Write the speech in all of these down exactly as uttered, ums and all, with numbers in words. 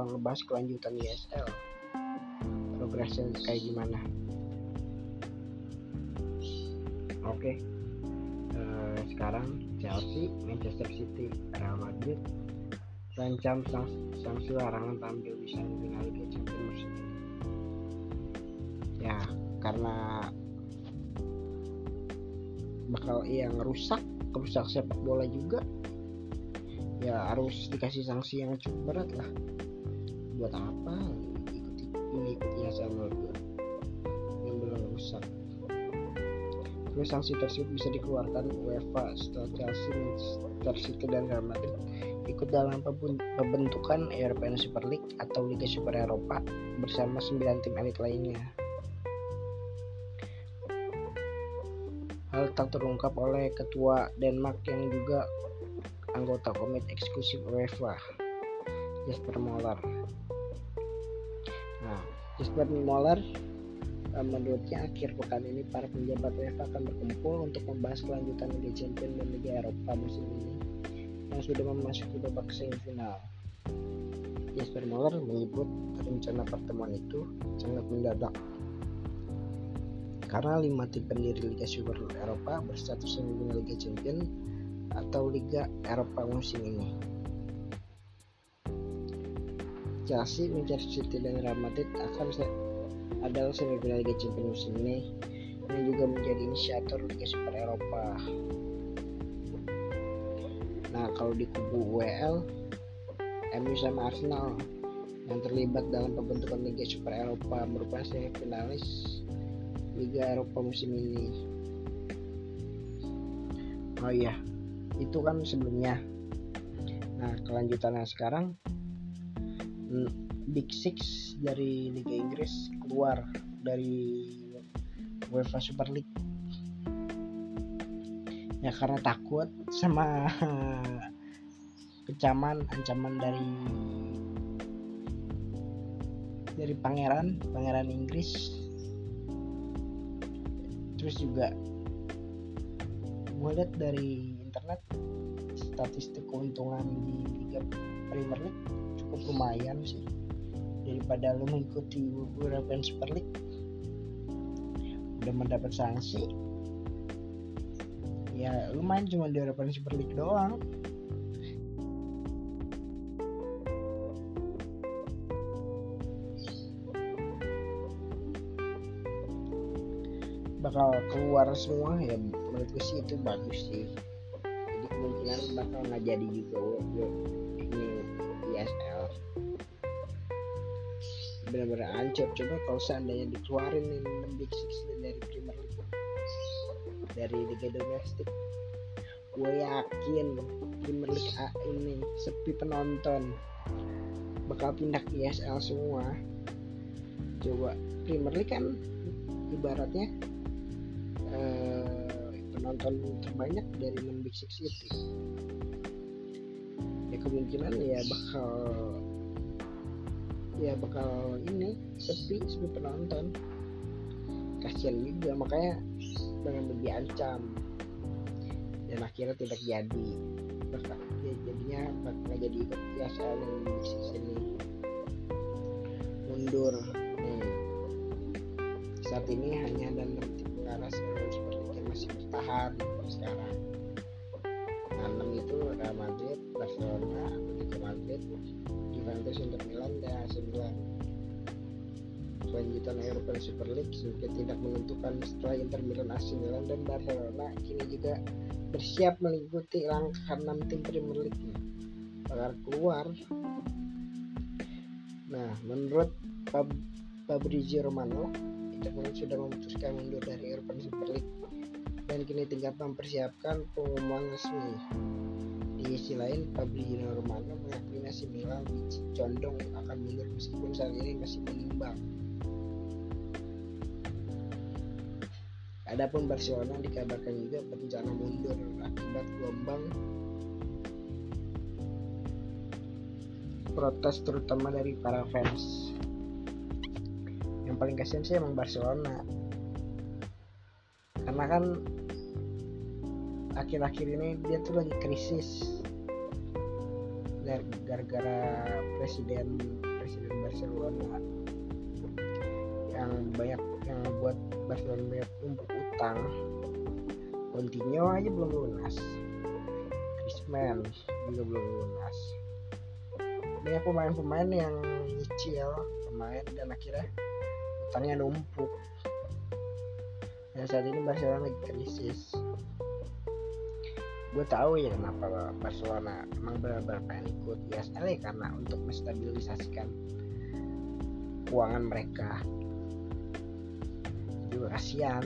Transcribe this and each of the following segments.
bakal ngebahas kelanjutan E S L, progresnya kayak gimana. Oke, uh, sekarang Chelsea, Manchester City, Real Madrid terancam sanksi larangan tampil di semifinal Liga Champions musim ini. Ya, karena bakal yang rusak, rusak sepak bola juga. Ya harus dikasih sanksi yang cukup berat lah. Buat apa ikuti mengikuti hasil menurut yang belum rusak. Terus sanksi tersebut bisa dikeluarkan UEFA setelah Chelsea, Manchester City dan Real Madrid ikut dalam pembentukan European Super League atau Liga Super Eropa bersama sembilan tim elit lainnya. Hal tak terungkap oleh ketua Denmark yang juga anggota komite eksekutif UEFA, Jesper Moller. Nah, Jesper Moller menurutnya akhir pekan ini para penjabat UEFA akan berkumpul untuk membahas kelanjutan Liga Champions dan Liga Eropa musim ini yang sudah memasuki babak semifinal. Jesper Moller menyebut rencana pertemuan itu sangat mendadak karena lima tim pendiri Liga Super Eropa berstatus semifinal Liga Champions atau Liga Eropa musim ini. Chelsea, Manchester City dan Real Madrid akan adalah semifinal Liga Champions musim ini yang juga menjadi inisiator Liga Super Eropa. Nah, kalau di kubu W L, M U sama Arsenal yang terlibat dalam pembentukan Liga Super Eropa merupakan semifinalis Liga Eropa musim ini. Oh iya, itu kan sebelumnya. Nah, kelanjutannya sekarang Big Six dari Liga Inggris keluar dari UEFA Super League ya karena takut sama kecaman ancaman dari dari pangeran pangeran Inggris. Terus juga gue lihat dari internet statistik keuntungan di Liga Premier League cukup lumayan sih, daripada lu mengikuti European Super League udah mendapat sanksi. Ya lumayan cuma di European Super League doang. Bakal keluar semua ya, menurut gue sih itu bagus sih. Jadi kemungkinan bakal nggak jadi juga ini E S L. Benar-benar hancur. Coba kalau seandainya dikeluarin nih Big Six dari Premier League, dari Liga Domestik, gue yakin Premier League A ini sepi penonton, bakal pindah ke E S L semua. Coba Premier League kan ibaratnya eh, penonton terbanyak dari enam Big Six itu. Ya kemungkinan ya bakal ya bakal ini sepi sepi penonton. Kasian juga, makanya dengan lebih ancam dan akhirnya tidak jadi. Bakal ya, jadinya bakal jadi ikut E S L yang di sini mundur. Nih, saat ini hanya ada enam tim pengarah seperti yang masih bertahan sekarang. Nah, enam itu Real Madrid, Barcelona, Atletico Madrid, Juventus, Inter Milan, dan A C Milan. Kelanjutan European Super League juga tidak menentukan setelah Inter Milan, A C Milan, dan Barcelona kini juga bersiap mengikuti langkah enam tim Premier League bakal keluar. Nah, menurut Fab- Fabrizio Romano, Inter Milan sudah memutuskan mundur dari European Super League dan kini tinggal mempersiapkan pengumuman resmi. Di sisi lain, Fabrizio Romano mengakui A C Milan condong akan mundur meskipun saat ini masih menimbang. Adapun Barcelona dikabarkan juga berencana mundur akibat gelombang protes terutama dari para fans. Yang paling kasihan sih emang Barcelona, karena kan akhir-akhir ini dia tuh lagi krisis gara-gara presiden Barcelona yang banyak yang buat Barcelona banyak numpuk utang. Coutinho aja belum lunas, Griezmann juga belum lunas. Banyak pemain-pemain yang nyicil pemain dan akhirnya utangnya numpuk. Dan saat ini Barcelona lagi krisis. Gue tahu ya kenapa Barcelona emang benar-benar pengen ikut E S L ya, karena untuk menstabilisasikan keuangan mereka. Juga kasihan.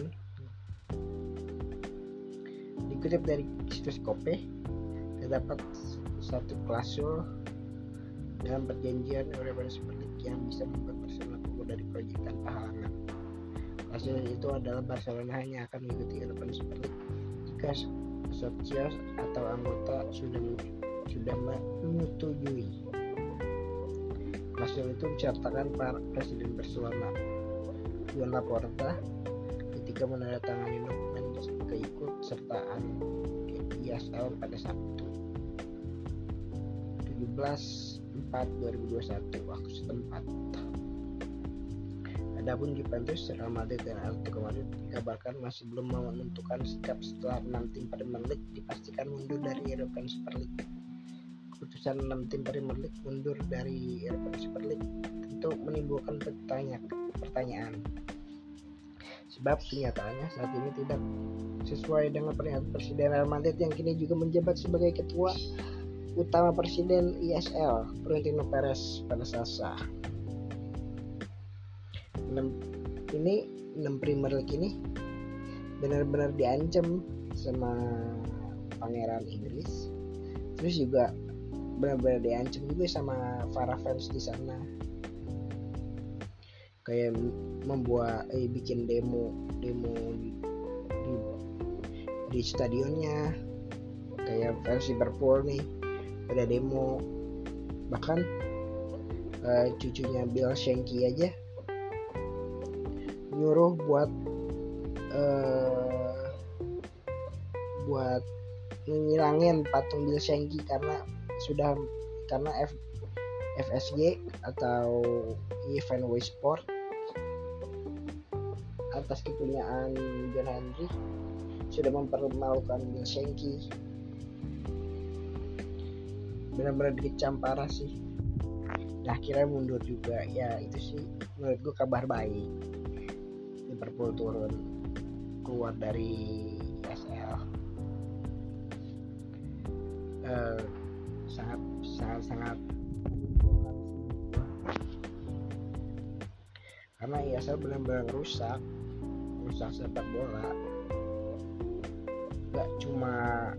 Dikutip dari situs Kope, terdapat satu klausul dalam perjanjian European Super League yang bisa membuat Barcelona keluar dari proyek tanpa halangan. Klausul itu adalah Barcelona hanya akan mengikuti European Super League jika Socios atau anggota sudah sudah menyetujui. Klausul itu dicatatkan para Presiden Barcelona Joan Laporta ketika menandatangani dokumen keikutsertaan E S L pada Sabtu tujuh belas Maret dua ribu dua puluh satu waktu setempat. Adapun Juventus, Real Madrid dan Atletico Madrid dikabarkan masih belum mau menentukan sikap setelah enam tim Premier League dipastikan mundur dari European Super League. Keputusan enam tim Premier League mundur dari European Super League tentu menimbulkan pertanya- pertanyaan. Sebab kenyataannya saat ini tidak sesuai dengan pernyataan Presiden Real Madrid yang kini juga menjabat sebagai ketua utama Presiden E S L, Florentino Perez pada Selasa. enam ini enam Premier League ini benar-benar diancam sama Pangeran Inggris, terus juga benar-benar diancam juga sama para fans di sana, kayak membuat eh bikin demo demo di, di, di stadionnya, kayak fans Liverpool nih pada demo, bahkan uh, cucunya Bill Shankly aja nyuruh buat uh, buat ngilangin patung Bill Shankly karena sudah karena F, F S G atau Fenway Sport atas kepunyaan John Henry sudah mempermalukan Bill Shankly. Benar-benar dikecam parah sih. Nah, akhirnya mundur juga. Ya itu sih menurut gue kabar baik. Liverpool turun keluar dari E S L. Uh, sangat sangat sangat karena E S L benar-benar rusak rusak sepak bola. Gak cuma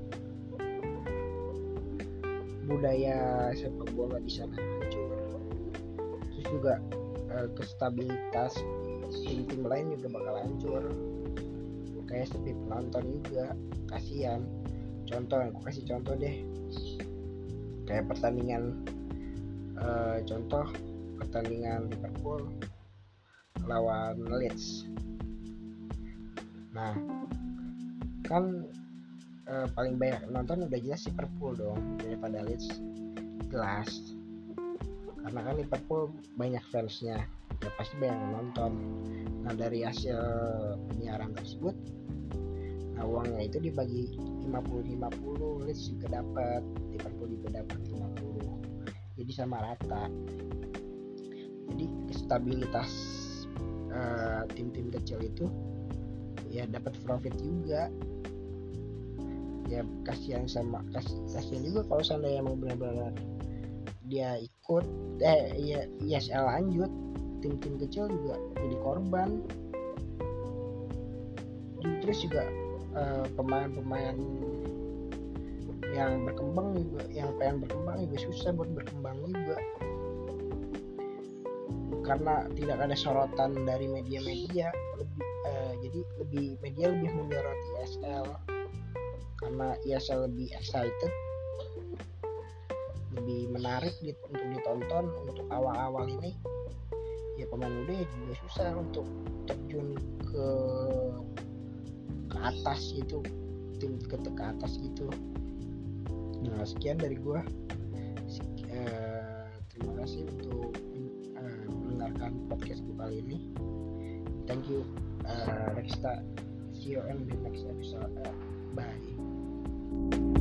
budaya sepak bola di sana hancur, terus juga uh, kestabilitas tim-tim lain juga bakal hancur, kayak sepi penonton juga, kasihan. Contoh, aku kasih contoh deh, kayak pertandingan uh, contoh pertandingan Liverpool lawan Leeds. Nah, kan uh, paling banyak nonton udah jelas Liverpool dong daripada Leeds, jelas, karena kan Liverpool banyak fansnya, ya pasti banyak yang nonton. Nah, dari hasil penyiaran tersebut, nah uangnya itu dibagi lima puluh lima puluh, Leeds juga dapat, Liverpool juga dapat lima puluh, jadi sama rata. Jadi stabilitas uh, tim-tim kecil itu ya dapat profit juga. Ya kasihan sama kasihan juga kalau seandainya emang benar-benar dia ikut eh ya E S L lanjut, tim-tim kecil juga jadi korban. Terus juga uh, pemain-pemain yang berkembang juga, yang pengen berkembang juga susah buat berkembang juga, karena tidak ada sorotan dari media-media. Lebih uh, jadi lebih media lebih menyoroti E S L karena E S L lebih excited, lebih menarik di, untuk ditonton. Untuk awal-awal ini ya pemain muda ya juga susah untuk terjun ke ke atas gitu, tim ke, ke atas gitu. Nah, sekian dari gua. Uh, terima kasih untuk uh, mendengarkan podcastku kali ini. Thank you, uh, Rexta. See you in the next episode. Uh, bye.